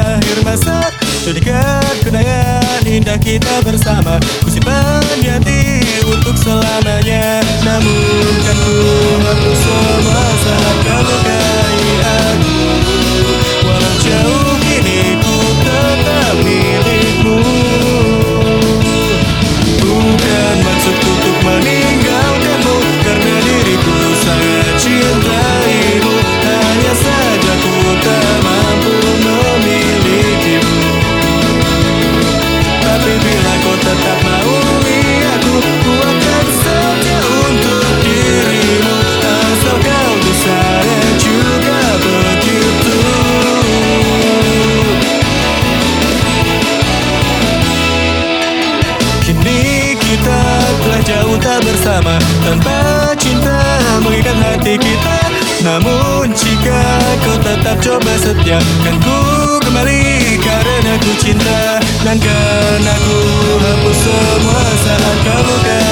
akhir masa. Jadikan kenangan indah kita bersama, ku simpan di hati untuk selamanya. Namun kan ku hapus semua saat kau lukai aku. Walau jauh kini ku tetap milikmu. Bukan maksudku untuk meninggalkanmu, karena diriku sangat cintaimu. Hanya saja ku tak mampu memilikimu. Tapi bila kau tetap maui aku, ku akan setia untuk dirimu. Asal kau di sana juga begitu. Kini kita telah jauh tak bersama, tanpa cinta mengikat hati kita. Namun jika kau tetap coba setia, kan ku kembali karena ku cinta. Dan kan aku hapus semua saat kau luka.